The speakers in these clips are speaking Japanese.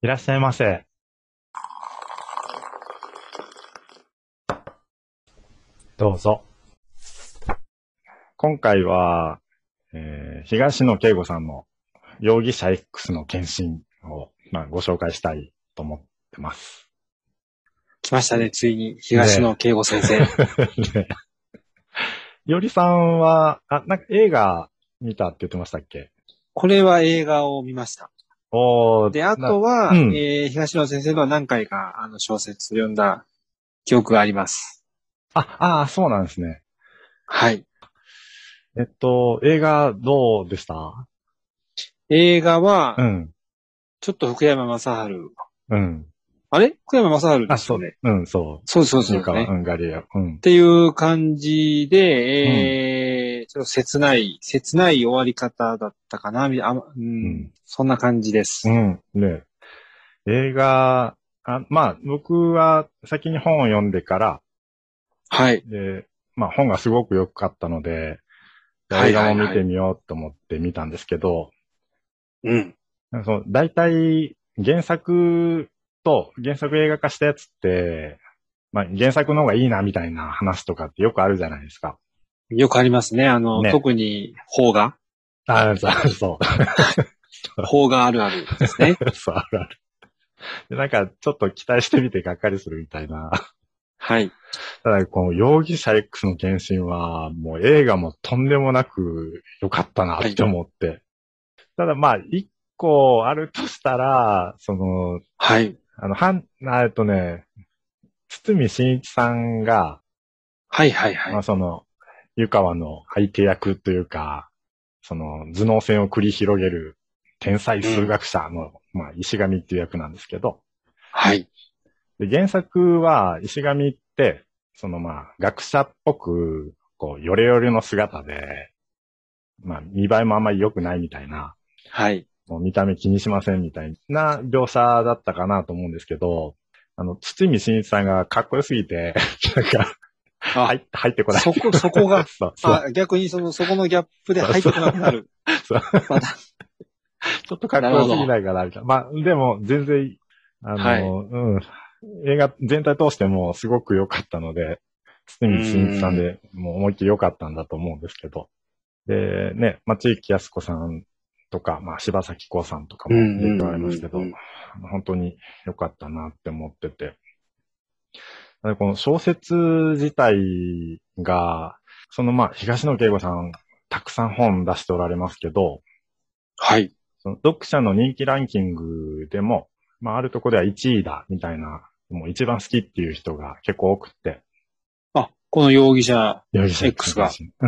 いらっしゃいませ。どうぞ。今回は、東野圭吾さんの容疑者 X の献身を、ご紹介したいと思ってます。 来ましたね、ついに。東野圭吾先生。 で、よりさんは、なんか映画見たって言ってましたっけ？ これは映画を見ました。で、あとは、 うん。 東野先生のは何回か小説を読んだ記憶があります。 そうなんですね。 はい。 映画どうでした？ 映画は、 うん。 ちょっと福山雅治。 うん。 あれ福山雅治ですよね。 そう。 そうそうそうゆかは、 ですね。 ガリア。うん。 っていう感じで、 うん。 ちょっと切ない終わり方だったかな。 うん。 そんな感じでうす。 ん。ね、映画、僕は先に本を読んでから、 はい。 で、本がすごく良かったので、じゃあはい映画はいはい。 も見てみようと思って見たんですけど、 うん。 大体原作映画化したやつって、原作の方がいいなみたいな話とかってよくあるじゃないですか。 よくありますね。 ね。 特に、邦画そう。 邦画あるあるですね。 そう、あるある。で、なんか、ちょっと期待してみてがっかりするみたいな。 はい。 ただ、この容疑者 X の献身は、もう映画もとんでもなく良かったなってはい。 思って。ただ、一個あるとしたら、 はい。 はん、えっとね、堤真一さんが、 はいはいはい。 湯川の相手役というか、頭脳戦を繰り広げる天才数うん。 学者の、石上っていう役なんですけど、 はい。 で、原作は石上って、学者っぽく、ヨレヨレの姿で、見栄えもあんまり良くないみたいな、 はい。 もう見た目気にしませんみたいな描写だったかなと思うんですけど、堤真一さんがかっこよすぎて、なんか、 あ、 入ってこない。 そこが、 そうそう。 逆にそこのギャップで入ってこなくなるそう。 パターン。 ちょっとかっこよすぎなるほど。 ないかな、みたいな。でも、全然、 はい。 映画全体通してもすごく良かったので、 う堤真一さんーん。 でもう思いっきり良かったんだと思うんですけど。で、ね、地域康子さんとか、柴咲コウさんとかうんうも出ておられんますけど、 うんうん。 本当に良かったなって思ってて。この小説自体が、東野圭吾さん、たくさん本出しておられますけど、 はい。 その読者の人気ランキングでも、あるところでは1位だ、みたいな、もう一番好きっていう人が結構多くて、 この容疑者容疑者 X の X が。 検診。うん。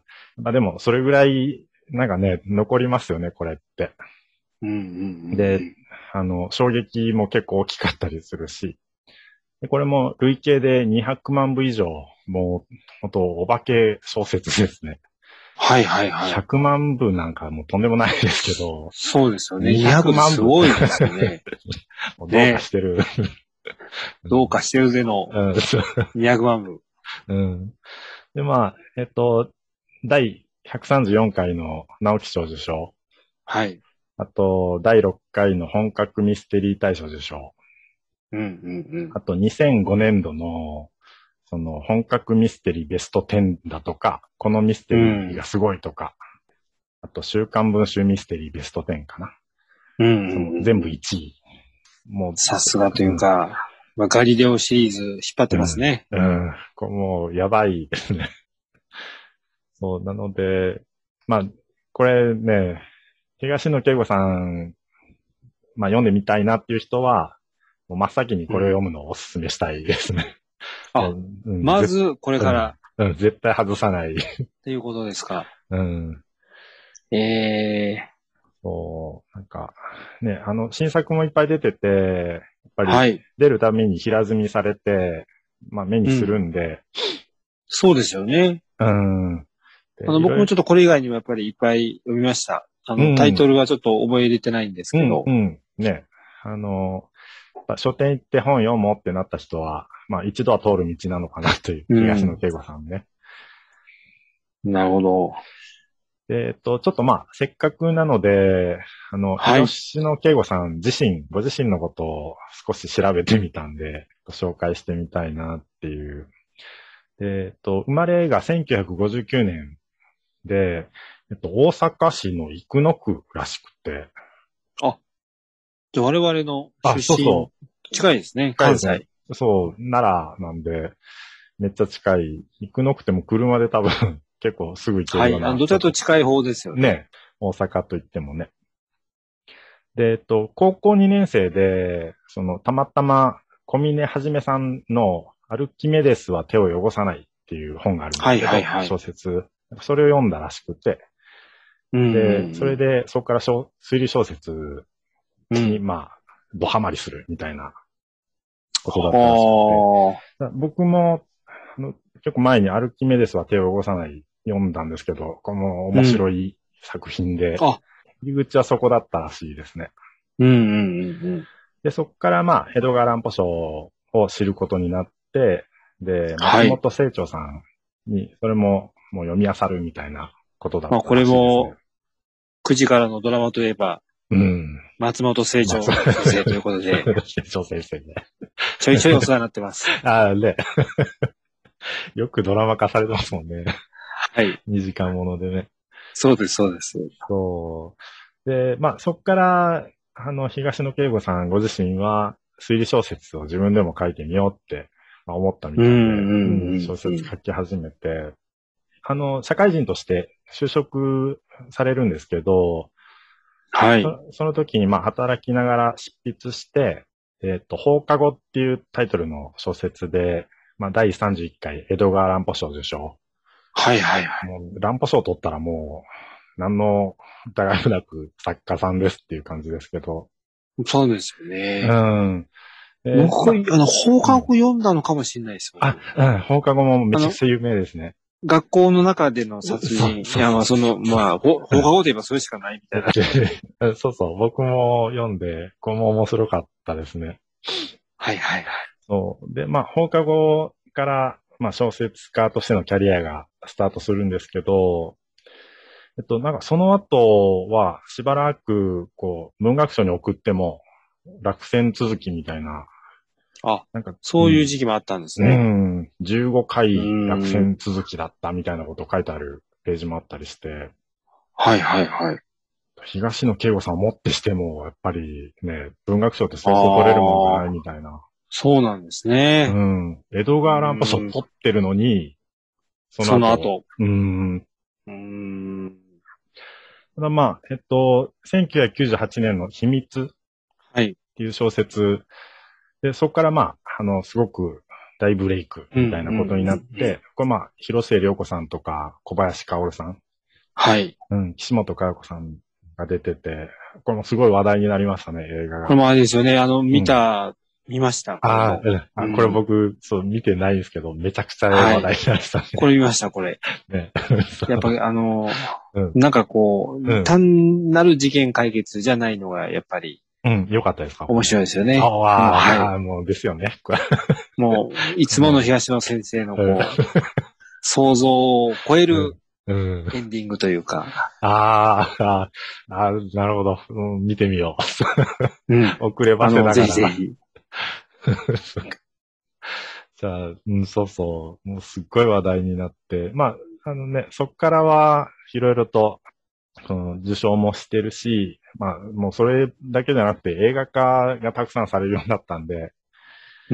でも、それぐらい、なんかね、残りますよね、これって。 うんうんうんうで、 ん。 衝撃も結構大きかったりするし、でこれも累計で200万部以上、もう、本当お化け小説ですね。 はいはいはい。 100万部なんかもうとんでもないですけど、 そうですよね。 200 200 万部すごいですよね。 もうどうかしね。 てる。 どうかしてるぜのうん、 200万部。 うん。で、第134回の直木賞受賞。 はい。 あと、第6回の本格ミステリー大賞受賞。 うんうんうん。 あと、2005年度の、本格ミステリーベスト10だとか、このミステうリーがん。 すごいとか、あと、週刊文春ミステリーベスト10かな。 うんうんうん全部うん。 1位。もさすがといううん、 か、ガリレオシリーズ引っ張ってうん、 ますね。 うん、もう、やばいですね。そう、なので、これね、東野圭吾さん、読んでみたいなっていう人は、もう真っ先にこれを読うん。 むのをお勧めしたいですね。もあ、 う、うん、 まずこれうん、 から絶対外さない。 っていうことですか。 うん。 ええそう、なんか、ね、新作もいっぱい出てて、やっぱりはい。 出るために平積みされて、目にするうん。 んで、 そうですよね。 うん。で、いろいろ、 僕もちょっとこれ以外にもやっぱりいっぱい読みました。タイうん、 トルはちょっと覚え入れてないんですうん、 けど。 うん、ね、やっぱ書店行って本読もうってなった人は、一度は通る道なのかなという、 うん。 東野圭吾さんね。 なるほど。 で、ちょっとまあ、せっかくなので、 はい。 吉野圭吾さんご自身のことを少し調べてみたんで、ご紹介してみたいなっていう。で、生まれが1959年で、大阪市の生野区らしくて。 あ、じゃあ我々のあ、 出身、 そうそう。 近いですね、 近いですね。 関西。 そう、奈良なんで、めっちゃ近い。生野区ても車で多分結構すぐ行けはい。 るようなどちらかというと近い方ですよね。 ね、大阪といってもね。で、高校2年生で、たまたま小峰はじめさんのアルキメデスは手を汚さないっていう本があるんではいすけど、 はいはい。 小説。それを読んだらしくて、 うんで、それうんで、そこから推理小説うん。うに、 ん。 まあ、ドハマりするみたいなことだったらしくて、 は僕も、結構前にアルキメデスは手を汚さない読んだんですけど、このあ。う面ん。 白い作品で、 あ、 入り口はそこだったらしいですね。 うんうんうんうん。 で、そこからまあ、江戸川乱歩賞を知ることになって、で、松はい。 本清張さんに、それもう読み漁るみたいなことだまあ、 ったこれらしいですね。 も、9時からのドラマといえば、 うん。 松本清松張先生ということで、 本清張先生ね。 ちょいちょいお世話になってます。 ああ、ね。よくドラマ化されてますもんね。 はい。 2時間ものでね。 そうです、そうです。 そう。で、まあ、そこから、東野圭吾さんご自身は、推理小説を自分でも書いてみようって、まあ、思ったみうんうたいで、小んうんうん。 説書き始めて、社会人として就職されるんですけど、 はい。 その時に、まあ、働きながら執筆して、放課後っていうタイトルの小説で、まあ、第31回江戸川乱歩賞受賞。 はいはいはい。 もう、乱歩賞取ったらもう、何の疑いもなく作家さんですっていう感じですけど。 そうですようね。 ん。で、 僕、 まあ、 放課うん。 後読んだのかもしれないです、 あ、 僕。 うん、放課後もめあの、 ちゃくちゃ有名ですね。 学校の中での殺そう、 人。いや、 そうそう。 放課後といえばそれしかないみたいな。 そうそう。僕も読んで、これも面白かったですね。 はいはいはい。 そう。で、まあ、放課後から、まあ、小説家としてのキャリアがスタートするんですけど、なんかその後は、しばらく、こう、文学賞に送っても、落選続きみたいな、 あ、 なんか、 そういう時期もあったんですうね。 ん、15 う回落ーん。 選続きだったみたいなこと書いてあるページもあったりして、 はいはいはい。 東野圭吾さんをもってしても、やっぱりね、文学賞ってあそうそう取れるもんじゃないあ、 みたいな。 そうなんですうね。 ん。江戸う川乱歩賞ーん。 取ってるのに、その後、 その後。 うん。 うーん。 ただまあ、1998年の秘密っはい。 ていう小説で、そこからまあ、すごく大ブレイクうん、うみたいなことになっん、うん。 て、これまあ、広末涼子さんとか、小林薫さん、 はい。 うん、岸本佳代子さんが出てて、これもすごい話題になりましたね、映画が。 これもあれですよね。 うん。 見ました、これああ、 も。 うん。あ、これうん。 僕、そう、見てないですけど、めちゃくちゃはい。 話題になりましたこれ見ました、これ。 ね。ね。そやっぱりう。うん。 なんかこう、 うん。 単なる事件解決じゃないのが、やっぱりうん。よかったですか、これ。 面白いですよあね。もう、はい。 あ、もうですよね。これ。 もう、いつものも東野先生のう、うん。 こう、想像を超えるうん。うん。 エンディングというか、 なるほど。うん、見てみようん。 う。遅ればせぜながら。 ひぜひ。 じゃあ、うん、そうそう。もうすっごい話題になって。まあ、そっからはいろいろと、受賞もしてるし、まあ、もうそれだけじゃなくて映画化がたくさんされるようになったんで、 うん。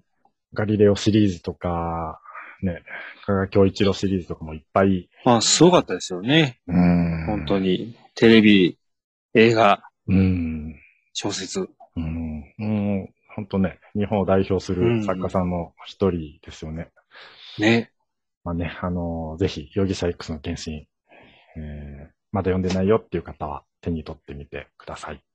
ガリレオシリーズとか、ね、加賀恭一郎シリーズとかもいっぱい、 まあ、すごかったですよね。 うーん、 本当に。テレビ、映画、 うーん、 小説。 もう、本当ね、日本を代表すうる作家ん。 さんの一人ですよね。 ね。 まあね、ぜひ、容疑者 X の検診、まだ読んでないよっていう方は手に取ってみてください。